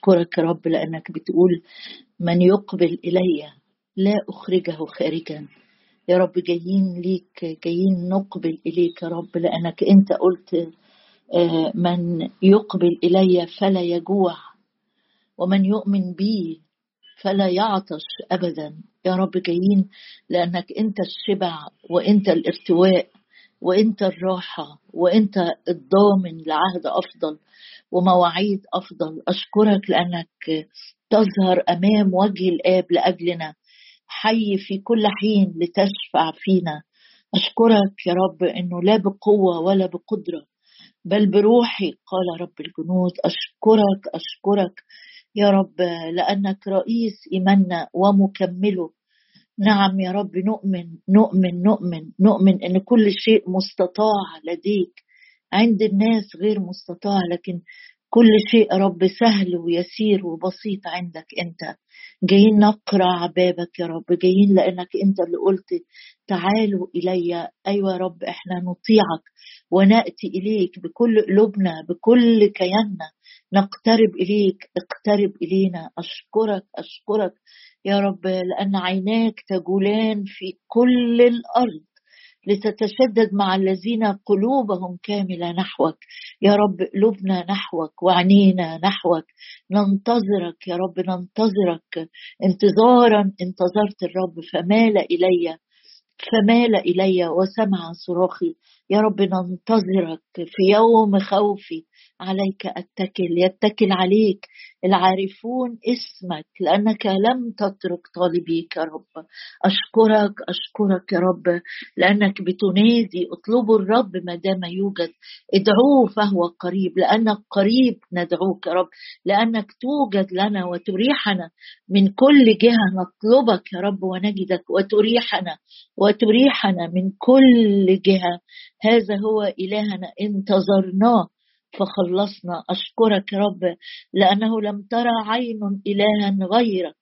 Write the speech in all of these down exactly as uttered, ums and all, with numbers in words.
أشكرك يا رب لأنك بتقول من يقبل إلي لا أخرجه خارجا. يا رب جايين ليك، جايين نقبل إليك يا رب، لأنك أنت قلت من يقبل إلي فلا يجوع ومن يؤمن بي فلا يعطش أبدا. يا رب جايين لأنك أنت الشبع وأنت الارتواء وأنت الراحة وأنت الضامن لعهد أفضل ومواعيد أفضل. أشكرك لأنك تظهر أمام وجه الآب لأجلنا، حي في كل حين لتشفع فينا. أشكرك يا رب أنه لا بقوة ولا بقدرة بل بروحي قال رب الجنود. أشكرك أشكرك يا رب لأنك رئيس إيماننا ومكمله. نعم يا رب، نؤمن نؤمن نؤمن نؤمن أن كل شيء مستطاع لديك. عند الناس غير مستطاع، لكن كل شيء رب سهل ويسير وبسيط عندك أنت. جايين نقرع بابك يا رب، جايين لأنك أنت اللي قلت تعالوا إلي. أيوة يا رب، إحنا نطيعك ونأتي إليك بكل قلوبنا بكل كياننا، نقترب إليك. اقترب إلينا. أشكرك أشكرك يا رب لأن عيناك تجولان في كل الأرض لتتشدد مع الذين قلوبهم كاملة نحوك. يا رب قلوبنا نحوك وعنينا نحوك، ننتظرك يا رب ننتظرك. انتظارا انتظرت الرب فمال إلي فمال إلي وسمع صراخي. يا رب ننتظرك في يوم خوفي، عليك أتكل. يتكل عليك العارفون اسمك لأنك لم تترك طالبيك يا رب. أشكرك أشكرك يا رب لأنك بتنادي اطلبوا الرب ما دام يوجد، ادعوه فهو قريب. لأنك قريب ندعوك يا رب، لأنك توجد لنا وتريحنا من كل جهة. نطلبك يا رب ونجدك وتريحنا وتريحنا من كل جهة. هذا هو إلهنا انتظرناه فخلصنا. أشكرك يا رب لأنه لم ترى عين إلها غيرك،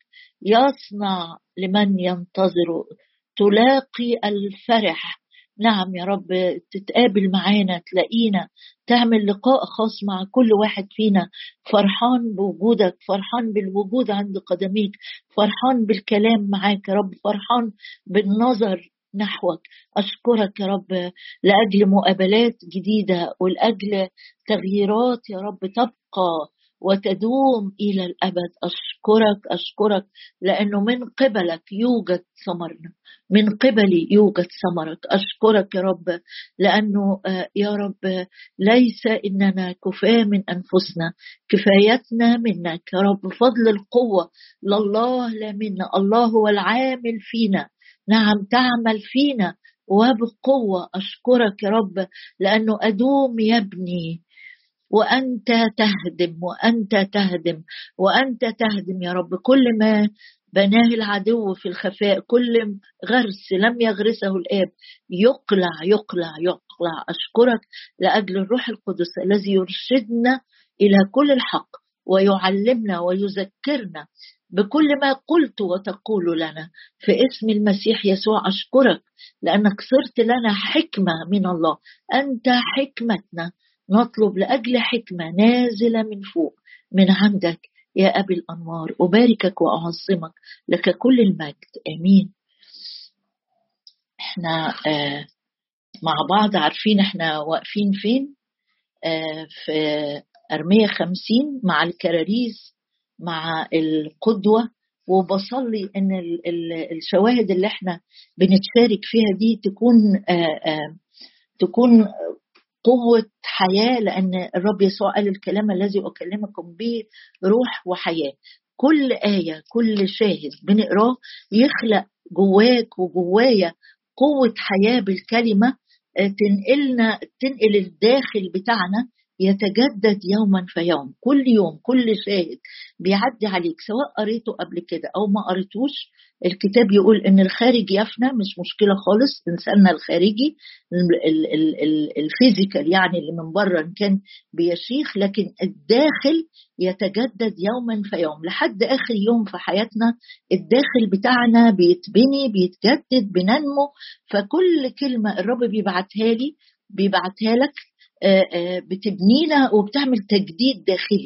يصنع لمن ينتظر تلاقي الفرح. نعم يا رب، تتقابل معانا، تلاقينا، تعمل لقاء خاص مع كل واحد فينا. فرحان بوجودك، فرحان بالوجود عند قدميك، فرحان بالكلام معاك يا رب، فرحان بالنظر نحوك. أشكرك يا رب لأجل مقابلات جديدة ولأجل تغييرات يا رب تبقى وتدوم إلى الأبد. أشكرك أشكرك لأنه من قبلك يوجد ثمرنا، من قبلي يوجد ثمرك. أشكرك يا رب لأنه يا رب ليس إننا كفاة من أنفسنا، كفايتنا منك يا رب. فضل القوة لله لا منا، الله هو العامل فينا. نعم تعمل فينا وبقوة. أشكرك يا رب لأنه أدوم يبني وأنت تهدم وأنت تهدم وأنت تهدم يا رب. كل ما بناه العدو في الخفاء، كل غرس لم يغرسه الآب يقلع يقلع يقلع. أشكرك لأجل الروح القدس الذي يرشدنا إلى كل الحق ويعلمنا ويذكرنا بكل ما قلت وتقول لنا في اسم المسيح يسوع. أشكرك لأنك صرت لنا حكمة من الله. أنت حكمتنا، نطلب لأجل حكمة نازلة من فوق من عندك يا أبي الأنوار. أباركك وأعظمك، لك كل المجد. آمين. احنا آه مع بعض عارفين احنا واقفين فين. آه في أرمية خمسين مع الكراريس مع القدوة. وبصلي ان ال ال الشواهد اللي احنا بنتشارك فيها دي تكون آه آه تكون قوة حياة، لأن الرب يسوع قال الكلام الذي أكلمكم به روح وحياة. كل آية كل شاهد بنقراه يخلق جواك وجوايا قوة حياة بالكلمة، تنقلنا تنقل الداخل بتاعنا يتجدد يوما فيوم. كل يوم كل شاهد بيعدي عليك سواء قريته قبل كده أو ما قريتوش. الكتاب يقول إن الخارج يفنى، مش مشكلة خالص. إنساننا الخارجي الفيزيكال يعني اللي من بره كان بيشيخ، لكن الداخل يتجدد يوما فيوم لحد آخر يوم في حياتنا. الداخل بتاعنا بيتبني بيتجدد بننمو. فكل كلمة الرب بيبعتها لي بيبعتها لك بتبنينا وبتعمل تجديد داخلي،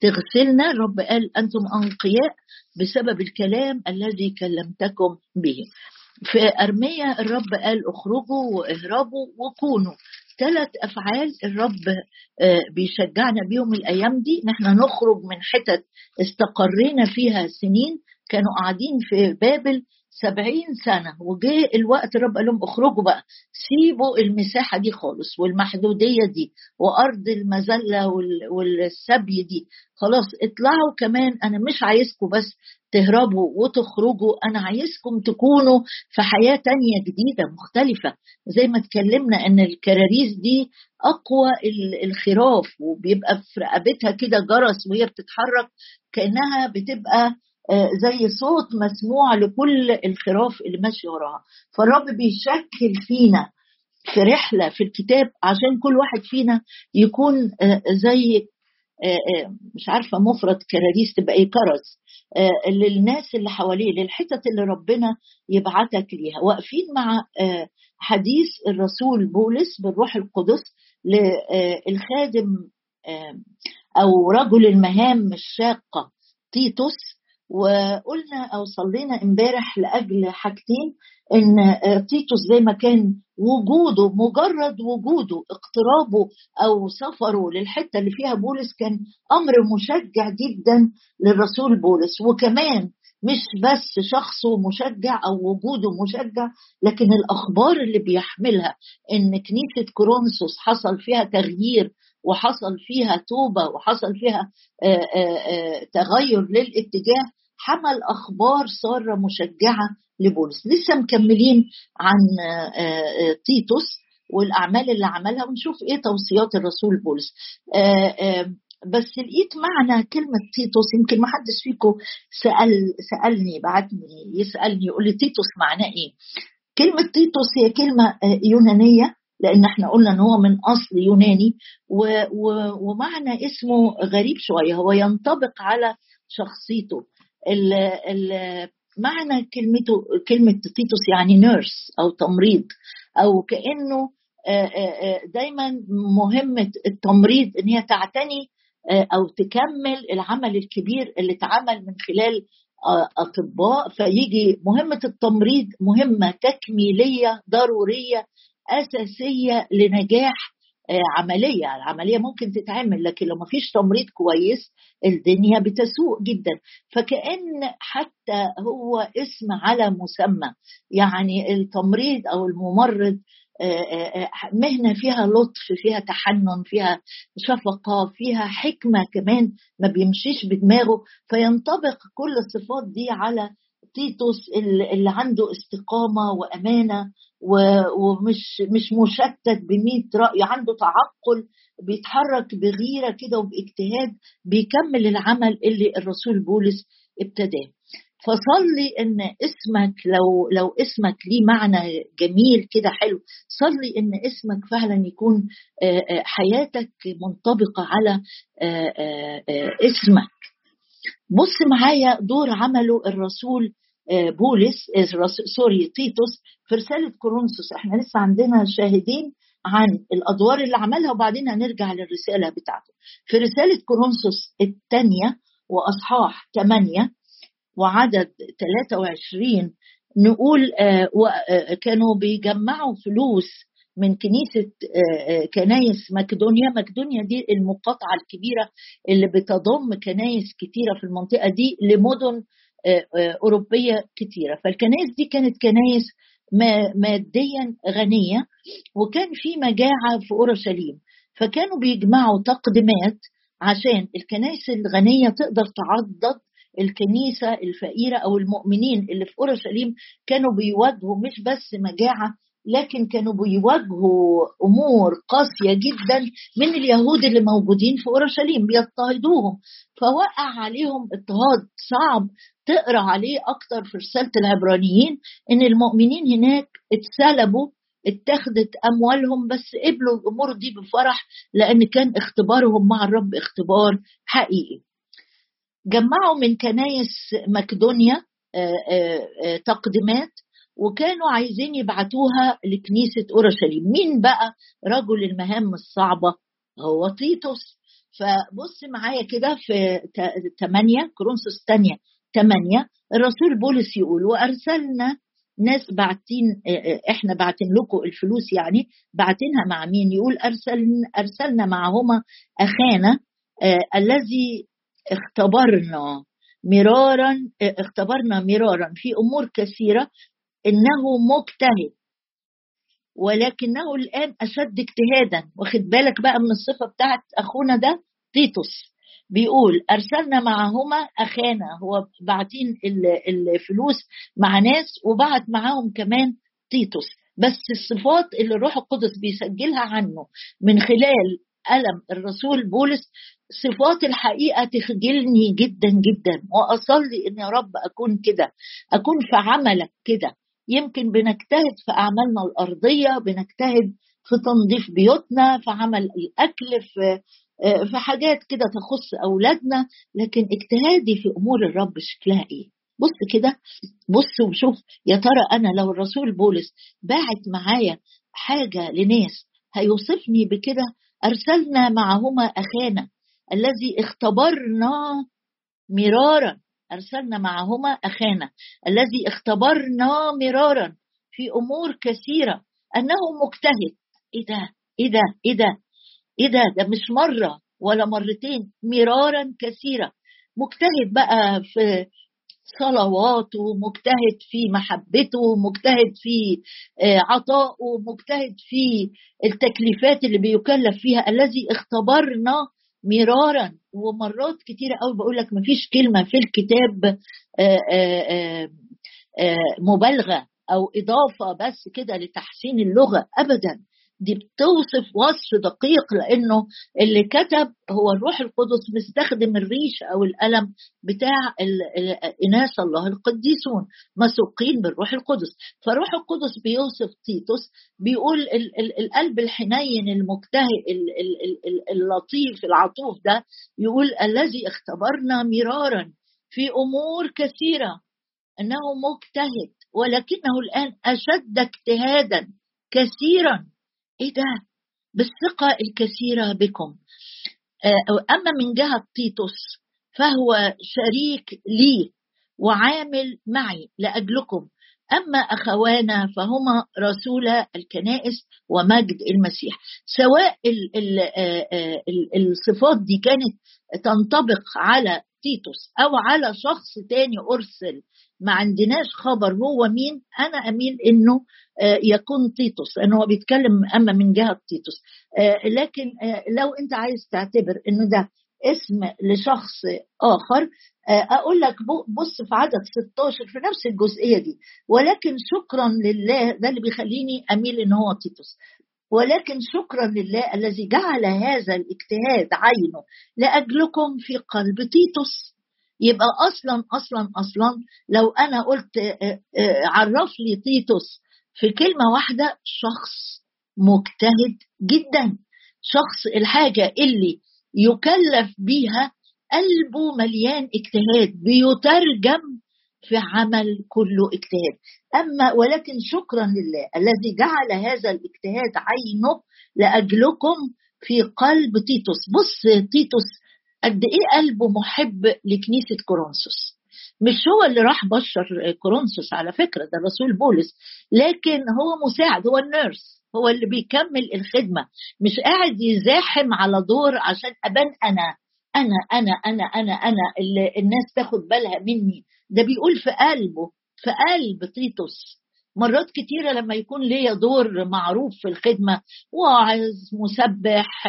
تغسلنا. الرب قال أنتم أنقياء بسبب الكلام الذي كلمتكم به. في أرميا الرب قال اخرجوا واهربوا وكونوا. ثلاث أفعال الرب بيشجعنا بيهم الأيام دي، نحن نخرج من حتت استقرينا فيها سنين. كانوا قاعدين في بابل سبعين سنة، وجه الوقت الرب قال لهم اخرجوا بقى، سيبوا المساحة دي خالص والمحدودية دي وأرض المذلة والسبي دي، خلاص اطلعوا. كمان أنا مش عايزكم بس تهربوا وتخرجوا، أنا عايزكم تكونوا في حياة تانية جديدة مختلفة. زي ما تكلمنا أن الكراريس دي أقوى الخراف، وبيبقى في رقبتها كده جرس وهي بتتحرك كأنها بتبقى زي صوت مسموع لكل الخراف اللي ماشي وراها. فالرب بيشكل فينا في رحلة في الكتاب عشان كل واحد فينا يكون زي مش عارفة مفرد كراريس تبقى ايه، كرز للناس اللي حواليه، للحتت اللي ربنا يبعتك ليها. واقفين مع حديث الرسول بولس بالروح القدس للخادم أو رجل المهام الشاقة تيتوس. وقلنا أو صلينا امبارح لأجل حاجتين، إن تيتوس زي ما كان وجوده، مجرد وجوده اقترابه أو سفره للحتة اللي فيها بولس كان أمر مشجع جدا للرسول بولس. وكمان مش بس شخصه مشجع أو وجوده مشجع، لكن الأخبار اللي بيحملها إن كنيسة كورنثوس حصل فيها تغيير وحصل فيها توبة وحصل فيها آآ آآ تغير للاتجاه، حمل أخبار سارة مشجعة لبولس. لسه مكملين عن تيتوس والأعمال اللي عملها، ونشوف إيه توصيات الرسول بولس. بس لقيت معنى كلمة تيتوس، يمكن ما حدش فيكم سأل سألني بعتني يسألني يقول لي تيتوس معناه إيه. كلمة تيتوس هي كلمة يونانية، لأن احنا قلنا ان هو من أصل يوناني، و و ومعنى اسمه غريب شوية، هو ينطبق على شخصيته. ال ال معنى كلمته كلمة تيتوس يعني نيرس أو تمريض، أو كأنه دايما مهمة التمريض ان هي تعتني أو تكمل العمل الكبير اللي اتعمل من خلال أطباء. فيجي مهمة التمريض مهمة تكميلية ضرورية أساسية لنجاح عملية. العملية ممكن تتعمل، لكن لو ما فيش تمريض كويس الدنيا بتسوء جدا. فكأن حتى هو اسم على مسمى، يعني التمريض أو الممرض مهنة فيها لطف، فيها تحنن، فيها شفقة، فيها حكمة كمان ما بيمشيش بدماغه. فينطبق كل الصفات دي على تيتوس اللي عنده استقامة وأمانة ومش مش مشتت بمية رأي، عنده تعقل، بيتحرك بغيرة كده وباجتهاد، بيكمل العمل اللي الرسول بولس ابتداه. فصلي ان اسمك لو لو اسمك ليه معنى جميل كده حلو، صلي ان اسمك فعلا يكون حياتك منطبقة على اسمك. بص معايا دور عمله الرسول بولس سوري تيتوس في رسالة كورنثوس. احنا لسه عندنا شاهدين عن الأدوار اللي عملها وبعدين هنرجع للرسالة بتاعته. في رسالة كورنثوس الثانية وأصحاح ثمانية وعدد ثلاثة وعشرين نقول كانوا بيجمعوا فلوس من كنيسة كنايس مقدونيا. مقدونيا دي المقاطعة الكبيرة اللي بتضم كنايس كتيرة في المنطقة دي لمدن أوروبية كتيرة. فالكنايس دي كانت كنايس ماديا غنية، وكان في مجاعة في أورشليم، فكانوا بيجمعوا تقديمات عشان الكنايس الغنية تقدر تعضد الكنيسة الفقيرة أو المؤمنين اللي في أورشليم. كانوا بيواجهوا مش بس مجاعة، لكن كانوا بيواجهوا أمور قاسية جدا من اليهود اللي موجودين في أورشليم، بيضطهدوهم. فوقع عليهم اضطهاد صعب تقرأ عليه أكتر في رسالة العبرانيين، إن المؤمنين هناك اتسلبوا، اتخذت أموالهم، بس قبلوا الأمور دي بفرح لأن كان اختبارهم مع الرب اختبار حقيقي. جمعوا من كنايس مقدونيا تقديمات وكانوا عايزين يبعتوها لكنيسة أورشليم. مين بقى رجل المهام الصعبة؟ هو تيتوس. فبص معايا كده في ثمانية كورنثوس الثانية ثمانية، الرسول بولس يقول وأرسلنا ناس بعتين، احنا بعتين لكم الفلوس، يعني بعتينها مع مين؟ يقول أرسلنا, أرسلنا معهما أخانا آه الذي اختبرنا مرارا آه اختبرنا مرارا في أمور كثيرة، إنه مجتهد ولكنه الآن أشد اجتهادا. واخد بالك بقى من الصفة بتاعت أخونا ده تيتوس، بيقول أرسلنا معهما أخانا، هو بعتين الفلوس مع ناس وبعت معاهم كمان تيتوس. بس الصفات اللي الروح القدس بيسجلها عنه من خلال قلم الرسول بولس صفات الحقيقة تخجلني جدا جدا، وأصلي إن يا رب أكون كده، أكون في عملك كده. يمكن بنجتهد في أعمالنا الأرضية، بنجتهد في تنظيف بيوتنا، في عمل الأكل، في في حاجات كده تخص أولادنا، لكن اجتهادي في أمور الرب شكلها إيه؟ بص كده، بص وشوف يا ترى أنا لو الرسول بولس باعت معايا حاجة لناس هيوصفني بكده. أرسلنا معهما أخانا الذي اختبرنا مرارا، أرسلنا معهما أخانا الذي اختبرنا مرارا في أمور كثيرة أنه مجتهد. إيه ده؟ إيه ده؟ إيه ده؟ إيه ده؟ ده مش مرة ولا مرتين، مرارا كثيرة. مجتهد بقى في صلواته، مجتهد في محبته، مجتهد في عطائه، مجتهد في التكليفات اللي بيكلف فيها، الذي اختبرنا مرارا. ومرات كتيرة قوي بقول لك مفيش كلمة في الكتاب مبالغة أو إضافة بس كده لتحسين اللغة أبدا، دي بتوصف وصف دقيق، لأنه اللي كتب هو الروح القدس، مستخدم الريش أو القلم بتاع إناس الله القديسون مسوقين بالروح القدس. فالروح القدس بيوصف تيتوس، بيقول ال ال القلب الحنين المجتهد اللطيف العطوف ده، يقول الذي اختبرنا مرارا في أمور كثيرة أنه مجتهد ولكنه الآن أشد اجتهادا كثيرا. إيه ده؟ بالثقة الكثيرة بكم. أما من جهة تيتوس فهو شريك لي وعامل معي لأجلكم، أما أخوانا فهما رسول الكنائس ومجد المسيح. سواء ال ال ال الصفات دي كانت تنطبق على تيتوس أو على شخص تاني أرسل ما عندناش خبر هو مين، أنا أميل إنه يكون تيتوس، لأنه هو بيتكلم أما من جهة تيتوس. لكن لو أنت عايز تعتبر إنه ده اسم لشخص آخر، أقول لك بص في عدد ستة عشر في نفس الجزئية دي، ولكن شكرا لله، ده اللي بيخليني أميل إنه هو تيتوس. ولكن شكرا لله الذي جعل هذا الاجتهاد عينه لأجلكم في قلب تيتوس. يبقى أصلا أصلا أصلا لو أنا قلت عرف لي تيتوس في كلمة واحدة، شخص مجتهد جدا، شخص الحاجة اللي يكلف بيها قلبه مليان اجتهاد، بيترجم في عمل كله اجتهاد. أما ولكن شكرا لله الذي جعل هذا الاجتهاد عينه لأجلكم في قلب تيتوس. بص تيتوس قد إيه قلبه محب لكنيسة كورنثوس، مش هو اللي راح بشر كورنثوس على فكرة، ده الرسول بولس، لكن هو مساعد، هو النيرس، هو اللي بيكمل الخدمة، مش قاعد يزاحم على دور عشان أبان أنا أنا أنا أنا أنا أنا اللي الناس تاخد بالها مني. ده بيقول في قلبه، في قلب تيتوس. مرات كتيرة لما يكون ليا دور معروف في الخدمة، واعظ، مسبح،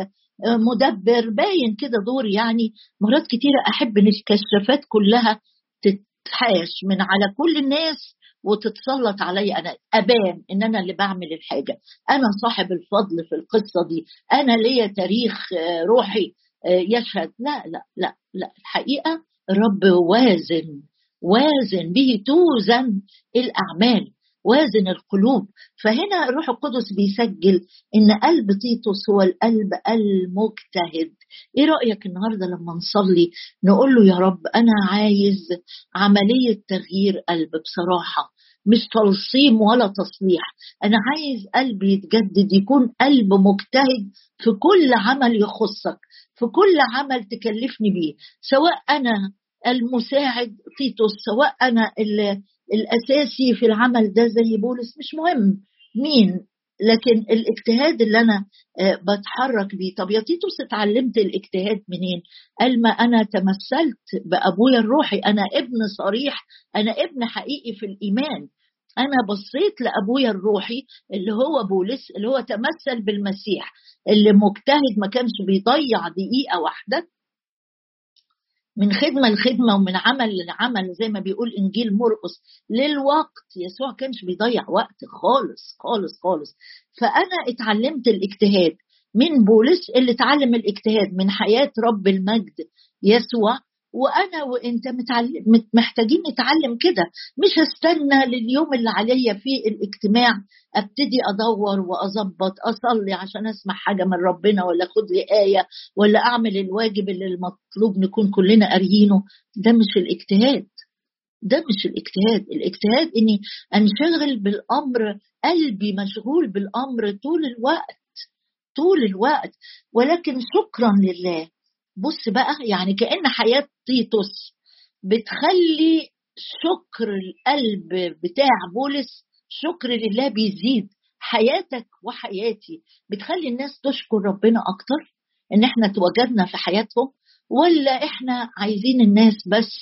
مدبر، باين كده دور، يعني مرات كتيرة أحب إن الكشافات كلها تتحاش من على كل الناس وتتسلط علي أنا، أبان إن أنا اللي بعمل الحاجة، أنا صاحب الفضل في القصة دي، أنا ليا تاريخ روحي يشهد. لا لا لا لا، الحقيقة الرب وازن، وازن به توزن الأعمال، وازن القلوب. فهنا الروح القدس بيسجل إن قلب تيتوس هو القلب المجتهد. إيه رأيك النهاردة لما نصلي نقول له يا رب أنا عايز عملية تغيير قلب بصراحة، مش تلصيم ولا تصليح، أنا عايز قلبي يتجدد، يكون قلب مجتهد في كل عمل يخصك، في كل عمل تكلفني بيه، سواء أنا المساعد تيتوس، سواء أنا الأساسي في العمل ده زي بولس، مش مهم مين، لكن الاجتهاد اللي أنا بتحرك بيه. طب يا تيتوس اتعلمت الاجتهاد منين؟ قال ما أنا تمثلت بأبويا الروحي، أنا ابن صريح، أنا ابن حقيقي في الإيمان. أنا بصيت لأبويا الروحي اللي هو بولس، اللي هو تمثل بالمسيح، اللي مجتهد ما كانش بيضيع دقيقة واحدة من خدمة لخدمة ومن عمل لعمل، زي ما بيقول إنجيل مرقس للوقت. يسوع كانش بيضيع وقت خالص خالص خالص. فأنا اتعلمت الاجتهاد من بولس، اللي اتعلم الاجتهاد من حياة رب المجد يسوع. وأنا وإنت محتاجين نتعلم كده، مش هستنى لليوم اللي عليا فيه الاجتماع ابتدي ادور واظبط اصلي عشان اسمع حاجه من ربنا، ولا اخد لي ايه، ولا اعمل الواجب اللي المطلوب نكون كلنا قاريينه. ده مش الاجتهاد، ده مش الاجتهاد. الاجتهاد اني انشغل بالامر، قلبي مشغول بالامر طول الوقت طول الوقت. ولكن شكرا لله. بص بقى، يعني كأن حياة تيتوس بتخلي شكر القلب بتاع بولس، شكر لله بيزيد. حياتك وحياتي بتخلي الناس تشكر ربنا أكتر إن احنا تواجدنا في حياتهم، ولا احنا عايزين الناس بس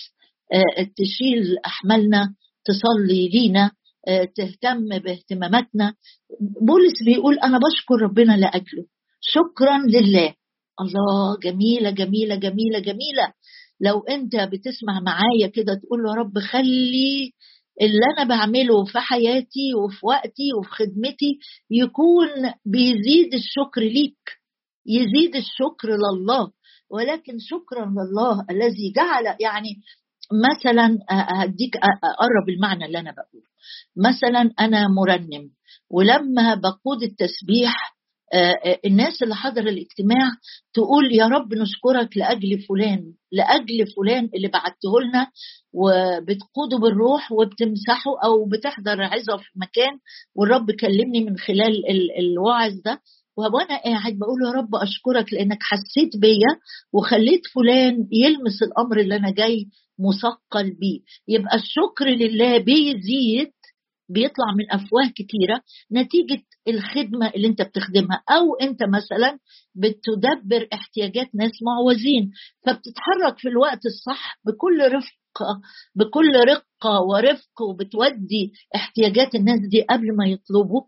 تشيل أحمالنا، تصلي لينا، تهتم باهتماماتنا؟ بولس بيقول أنا بشكر ربنا لأجله، شكرا لله. الله، جميلة جميلة جميلة جميلة. لو أنت بتسمع معايا كده تقول له يا رب خلي اللي أنا بعمله في حياتي وفي وقتي وفي خدمتي يكون بيزيد الشكر ليك، يزيد الشكر لله. ولكن شكرا لله الذي جعل، يعني مثلا هديك أقرب المعنى اللي أنا بقوله. مثلا أنا مرنم، ولما بقود التسبيح الناس اللي حضر الاجتماع تقول يا رب نشكرك لأجل فلان، لأجل فلان اللي بعته لنا، وبتقوده بالروح وبتمسحه، أو بتحضر عظة في مكان والرب كلمني من خلال الوعظ ده، وأنا قاعد بقول يا رب أشكرك لأنك حسيت بيا وخليت فلان يلمس الأمر اللي أنا جاي مثقل بيه. يبقى الشكر لله بيزيد، بيطلع من أفواه كتيرة نتيجة الخدمة اللي انت بتخدمها، أو انت مثلا بتدبر احتياجات ناس معوزين، فبتتحرك في الوقت الصح بكل رفقة بكل رقة ورفق، وبتودي احتياجات الناس دي قبل ما يطلبوا.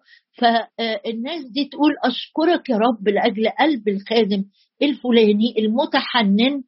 فالناس دي تقول أشكرك يا رب لأجل قلب الخادم الفلاني المتحنن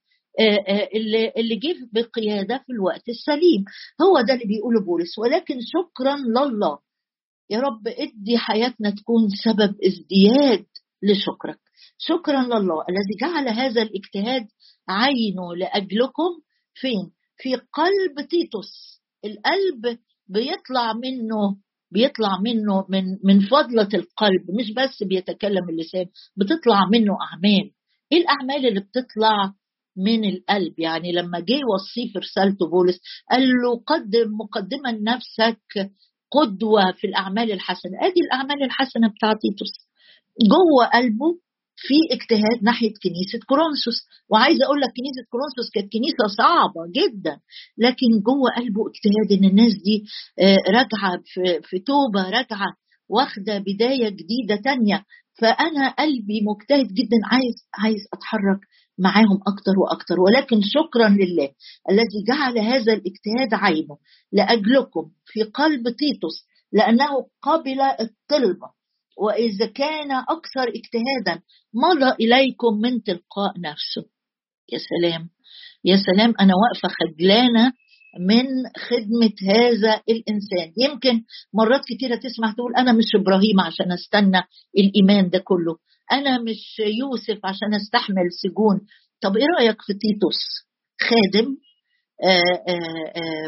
اللي اللي جه بقيادة في الوقت السليم. هو ده اللي بيقوله بولس. ولكن شكرا لله، يا رب ادي حياتنا تكون سبب ازدياد لشكرك. شكرا لله الذي جعل هذا الاجتهاد عينه لأجلكم فين؟ في قلب تيتوس. القلب بيطلع منه بيطلع منه من من فضلة القلب، مش بس بيتكلم اللسان، بتطلع منه أعمال. ايه الأعمال اللي بتطلع من القلب؟ يعني لما جه يوصيه في رسالته بولس قال له قدم مقدما نفسك قدوة في الأعمال الحسنة. ادي الأعمال الحسنة بتاعت تيتوس جوه قلبه في اجتهاد ناحية كنيسة كورنثوس. وعايزة أقول لك كنيسة كورنثوس كانت كنيسة صعبة جدا، لكن جوه قلبه اجتهاد إن الناس دي راجعة في, في توبة، راجعة واخدة بداية جديدة تانية. فأنا قلبي مجتهد جدا، عايز عايز أتحرك معاهم أكتر وأكتر. ولكن شكرا لله الذي جعل هذا الاجتهاد عينه لأجلكم في قلب تيتوس، لأنه قبل الطلبة، وإذا كان أكثر اجتهادا مضى إليكم من تلقاء نفسه. يا سلام يا سلام، أنا واقفة خجلانة من خدمة هذا الإنسان. يمكن مرات كتيرة تسمع تقول أنا مش إبراهيم عشان أستنى الإيمان ده كله، أنا مش يوسف عشان أستحمل سجون. طب إيه رأيك في تيتوس؟ خادم آآ آآ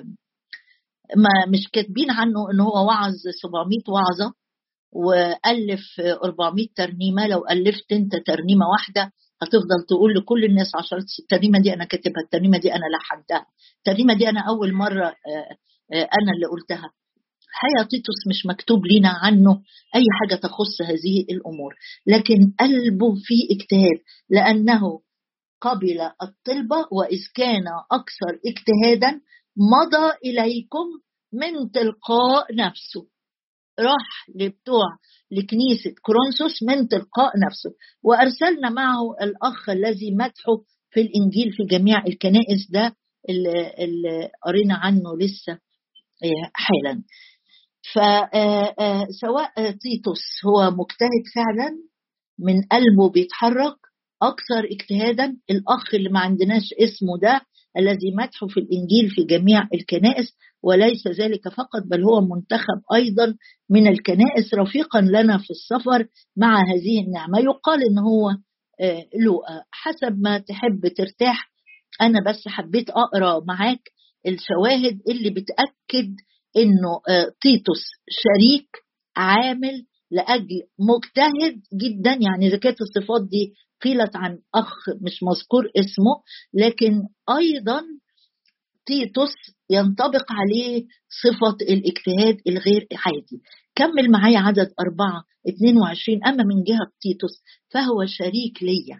ما مش كاتبين عنه إنه هو وعظ سبعمائة وعظة وألف أربعمائة ترنيمة. لو ألفت أنت ترنيمة واحدة هتفضل تقول لكل الناس عشرة الترنيمة دي أنا كاتبها، الترنيمة دي أنا لحنتها، الترنيمة دي أنا أول مرة أنا اللي قلتها. حياة تيتوس مش مكتوب لنا عنه أي حاجة تخص هذه الأمور، لكن قلبه فيه اجتهاد، لأنه قبل الطلبة، وإذ كان أكثر اجتهادا مضى إليكم من تلقاء نفسه. راح لبتوع لكنيسة كورنثوس من تلقاء نفسه، وأرسلنا معه الأخ الذي مدحه في الإنجيل في جميع الكنائس. ده اللي قرينا عنه لسه حالا. فسواء تيتوس هو مجتهد فعلا من قلبه بيتحرك أكثر اجتهادا، الأخ اللي ما عندناش اسمه ده الذي مدحه في الإنجيل في جميع الكنائس، وليس ذلك فقط بل هو منتخب أيضا من الكنائس رفيقا لنا في السفر مع هذه النعمة. يقال إن هو لوقا، حسب ما تحب ترتاح. أنا بس حبيت أقرأ معاك الشواهد اللي بتأكد إنه تيتوس شريك عامل لأجل مجتهد جدا. يعني إذا كانت الصفات دي قيلت عن أخ مش مذكور اسمه، لكن أيضا تيتوس ينطبق عليه صفة الاجتهاد الغير عادي. كمل معايا عدد أربعة اتنين وعشرين. أما من جهة تيتوس فهو شريك ليا.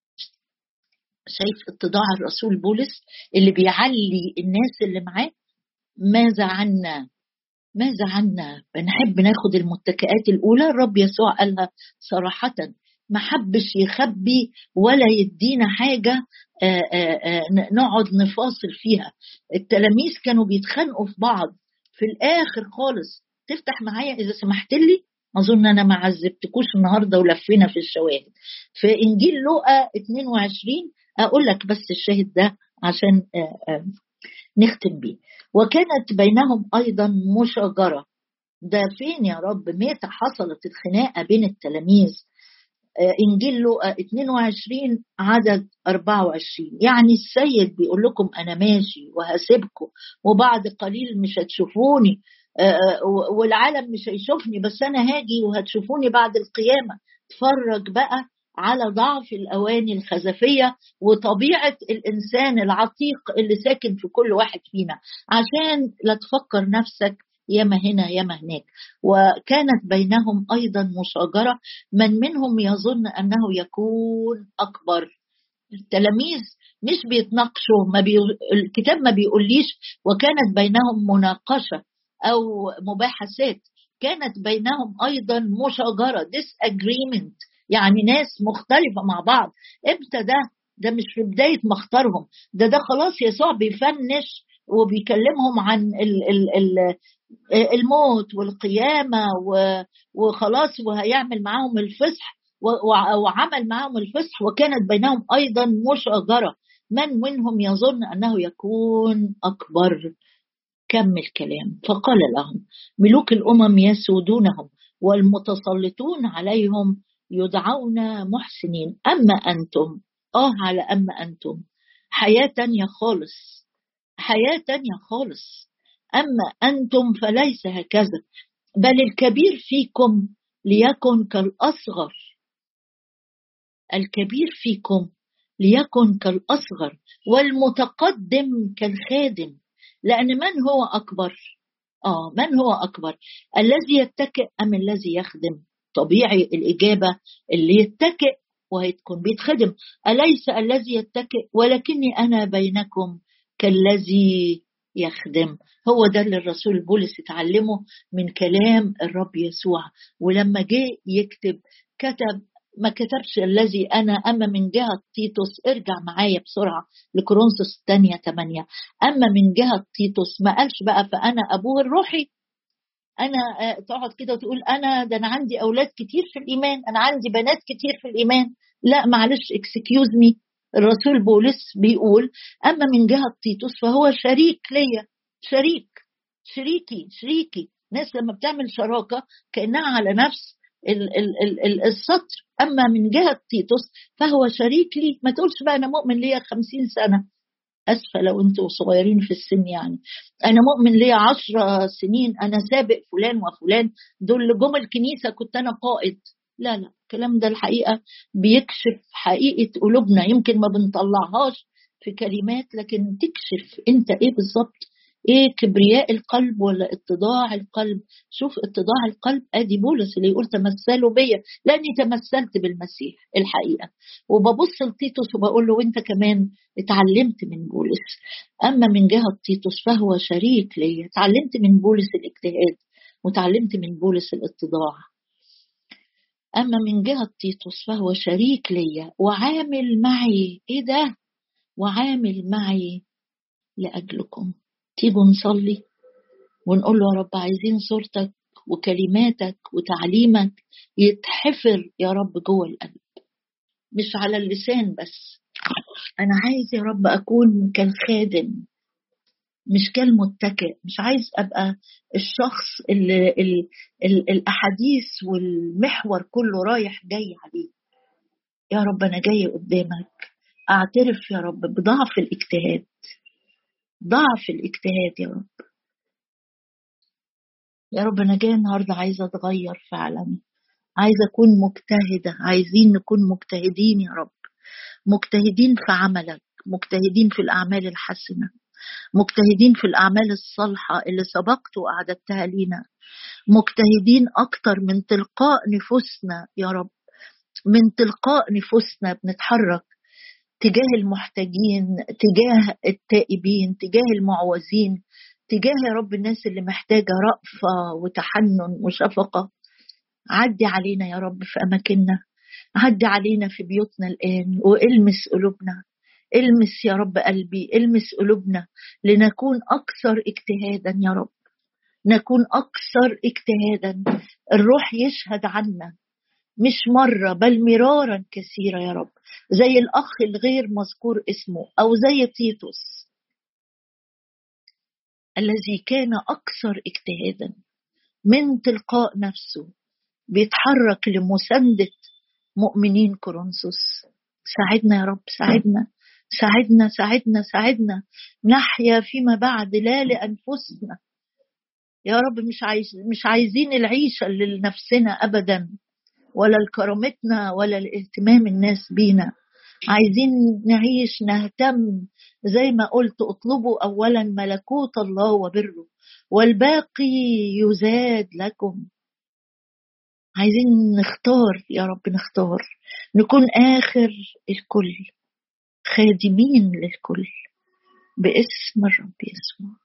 شايف اتضاع الرسول بولس اللي بيعلي الناس اللي معاه؟ ماذا عنا ماذا عنا بنحب ناخد المتكئات الأولى. الرب يسوع قالها صراحة، ما حبش يخبي ولا يدينا حاجة آآ آآ نقعد نفاصل فيها. التلاميذ كانوا بيتخانقوا في بعض في الآخر خالص. تفتح معايا إذا سمحت لي، أظن أنا ما عذبتكوش النهاردة ولفينا في الشواهد في إنجيل لوقا اتنين وعشرين. أقول لك بس الشاهد ده عشان آآ نختم بيه. وكانت بينهم أيضا مشاجرة. ده فين يا رب؟ متى حصلت الخناقة بين التلاميذ؟ إنجيل لوقا اتنين وعشرين عدد أربعة وعشرين. يعني السيد بيقول لكم أنا ماشي وهسيبكم، وبعد قليل مش هتشوفوني، والعالم مش هيشوفني، بس أنا هاجي وهتشوفوني بعد القيامة. تفرج بقى على ضعف الأواني الخزفية وطبيعة الإنسان العتيق اللي ساكن في كل واحد فينا، عشان لا تفكر نفسك ياما هنا ياما هناك. وكانت بينهم أيضا مشاجرة، من منهم يظن أنه يكون أكبر. التلاميذ مش بيتناقشوا، ما بي... الكتاب ما بيقوليش وكانت بينهم مناقشة أو مباحثات. كانت بينهم أيضا مشاجرة disagreement، يعني ناس مختلفة مع بعض. امتى ده؟ ده مش في بداية مختارهم، ده ده خلاص يسوع بيفنش وبيكلمهم عن ال ال ال الموت والقيامة وخلاص، وهيعمل معهم الفصح وعمل معهم الفصح. وكانت بينهم أيضا مشاجرة، من منهم يظن أنه يكون أكبر. كمل كلام. فقال لهم ملوك الأمم يسودونهم والمتسلطون عليهم يدعون محسنين، أما أنتم آه على أما أنتم حياة تانية خالص، حياة تانية خالص. أما أنتم فليس هكذا، بل الكبير فيكم ليكن كالأصغر. الكبير فيكم ليكن كالأصغر، والمتقدم كالخادم. لأن من هو أكبر؟ آه من هو أكبر؟ الذي يتكئ أم الذي يخدم؟ طبيعي الإجابة اللي يتكئ وهيتكون بيتخدم. أليس الذي يتكئ؟ ولكني أنا بينكم كالذي يخدم. هو ده اللي الرسول بولس اتعلمه من كلام الرب يسوع. ولما جه يكتب كتب ما كتبش الذي أنا. أما من جهة تيتوس، ارجع معايا بسرعة لكورنثوس الثانية ثمانية. أما من جهة تيتوس ما قالش بقى فأنا أبوه الروحي. أنا تقعد كده وتقول أنا ده أنا عندي أولاد كتير في الإيمان، أنا عندي بنات كتير في الإيمان. لا معلش اكسكيوز مي، الرسول بولس بيقول أما من جهة تيتوس فهو شريك ليا. شريك شريكي شريكي. ناس لما بتعمل شراكة كأنها على نفس ال ال ال السطر. أما من جهة تيتوس فهو شريك لي. ما تقولش بقى أنا مؤمن ليا خمسين سنة، أسفة لو أنتوا صغيرين في السن، يعني أنا مؤمن ليا عشر سنين، أنا سابق فلان وفلان، دول جم الكنيسة كنت أنا قائد. لا لا، الكلام ده الحقيقة بيكشف حقيقة قلوبنا، يمكن ما بنطلعهاش في كلمات لكن تكشف أنت إيه بالظبط. ايه كبرياء القلب ولا اتضاع القلب؟ شوف اتضاع القلب ادي بولس اللي يقول تمثلوا بيا لاني تمثلت بالمسيح الحقيقه. وببص لتيتوس وبقول له وانت كمان اتعلمت من بولس. اما من جهه تيتوس فهو شريك ليا، اتعلمت من بولس الاجتهاد وتعلمت من بولس الاتضاع. اما من جهه تيتوس فهو شريك ليا وعامل معي. ايه ده؟ وعامل معي لاجلكم. تيجوا نصلي ونقول له يا رب عايزين صورتك وكلماتك وتعليمك يتحفر يا رب جوه القلب، مش على اللسان بس. أنا عايز يا رب أكون كالخادم مش كالمتكئ. مش عايز أبقى الشخص اللي ال ال الأحاديث والمحور كله رايح جاي عليه. يا رب أنا جاي قدامك أعترف يا رب بضعف الاجتهاد، ضعف الاجتهاد يا رب. يا رب أنا جاي النهاردة عايزة أتغير فعلا، عايزة أكون مجتهدة. عايزين نكون مجتهدين يا رب، مجتهدين في عملك، مجتهدين في الأعمال الحسنة، مجتهدين في الأعمال الصالحة اللي سبقت وأعددتها لينا، مجتهدين أكتر من تلقاء نفوسنا يا رب. من تلقاء نفوسنا بنتحرك تجاه المحتاجين، تجاه التائبين، تجاه المعوزين، تجاه يا رب الناس اللي محتاجة رأفة وتحنن وشفقة. عدي علينا يا رب في أماكننا، عدي علينا في بيوتنا الآن وإلمس قلوبنا. إلمس يا رب قلبي، إلمس قلوبنا لنكون أكثر اجتهادا يا رب، نكون أكثر اجتهادا. الروح يشهد عنا مش مرة بل مرارا كثيرة يا رب، زي الأخ الغير مذكور اسمه أو زي تيتوس الذي كان أكثر اجتهادا من تلقاء نفسه بيتحرك لمساندة مؤمنين كورنثوس. ساعدنا يا رب، ساعدنا ساعدنا ساعدنا ساعدنا نحيا فيما بعد لا لأنفسنا يا رب. مش عايز مش عايزين العيشة اللي لنفسنا أبدا، ولا لكرامتنا ولا لاهتمام الناس بينا. عايزين نعيش نهتم زي ما قلت اطلبوا أولا ملكوت الله وبره والباقي يزاد لكم. عايزين نختار يا رب، نختار نكون آخر الكل، خادمين للكل باسم الرب يسوع.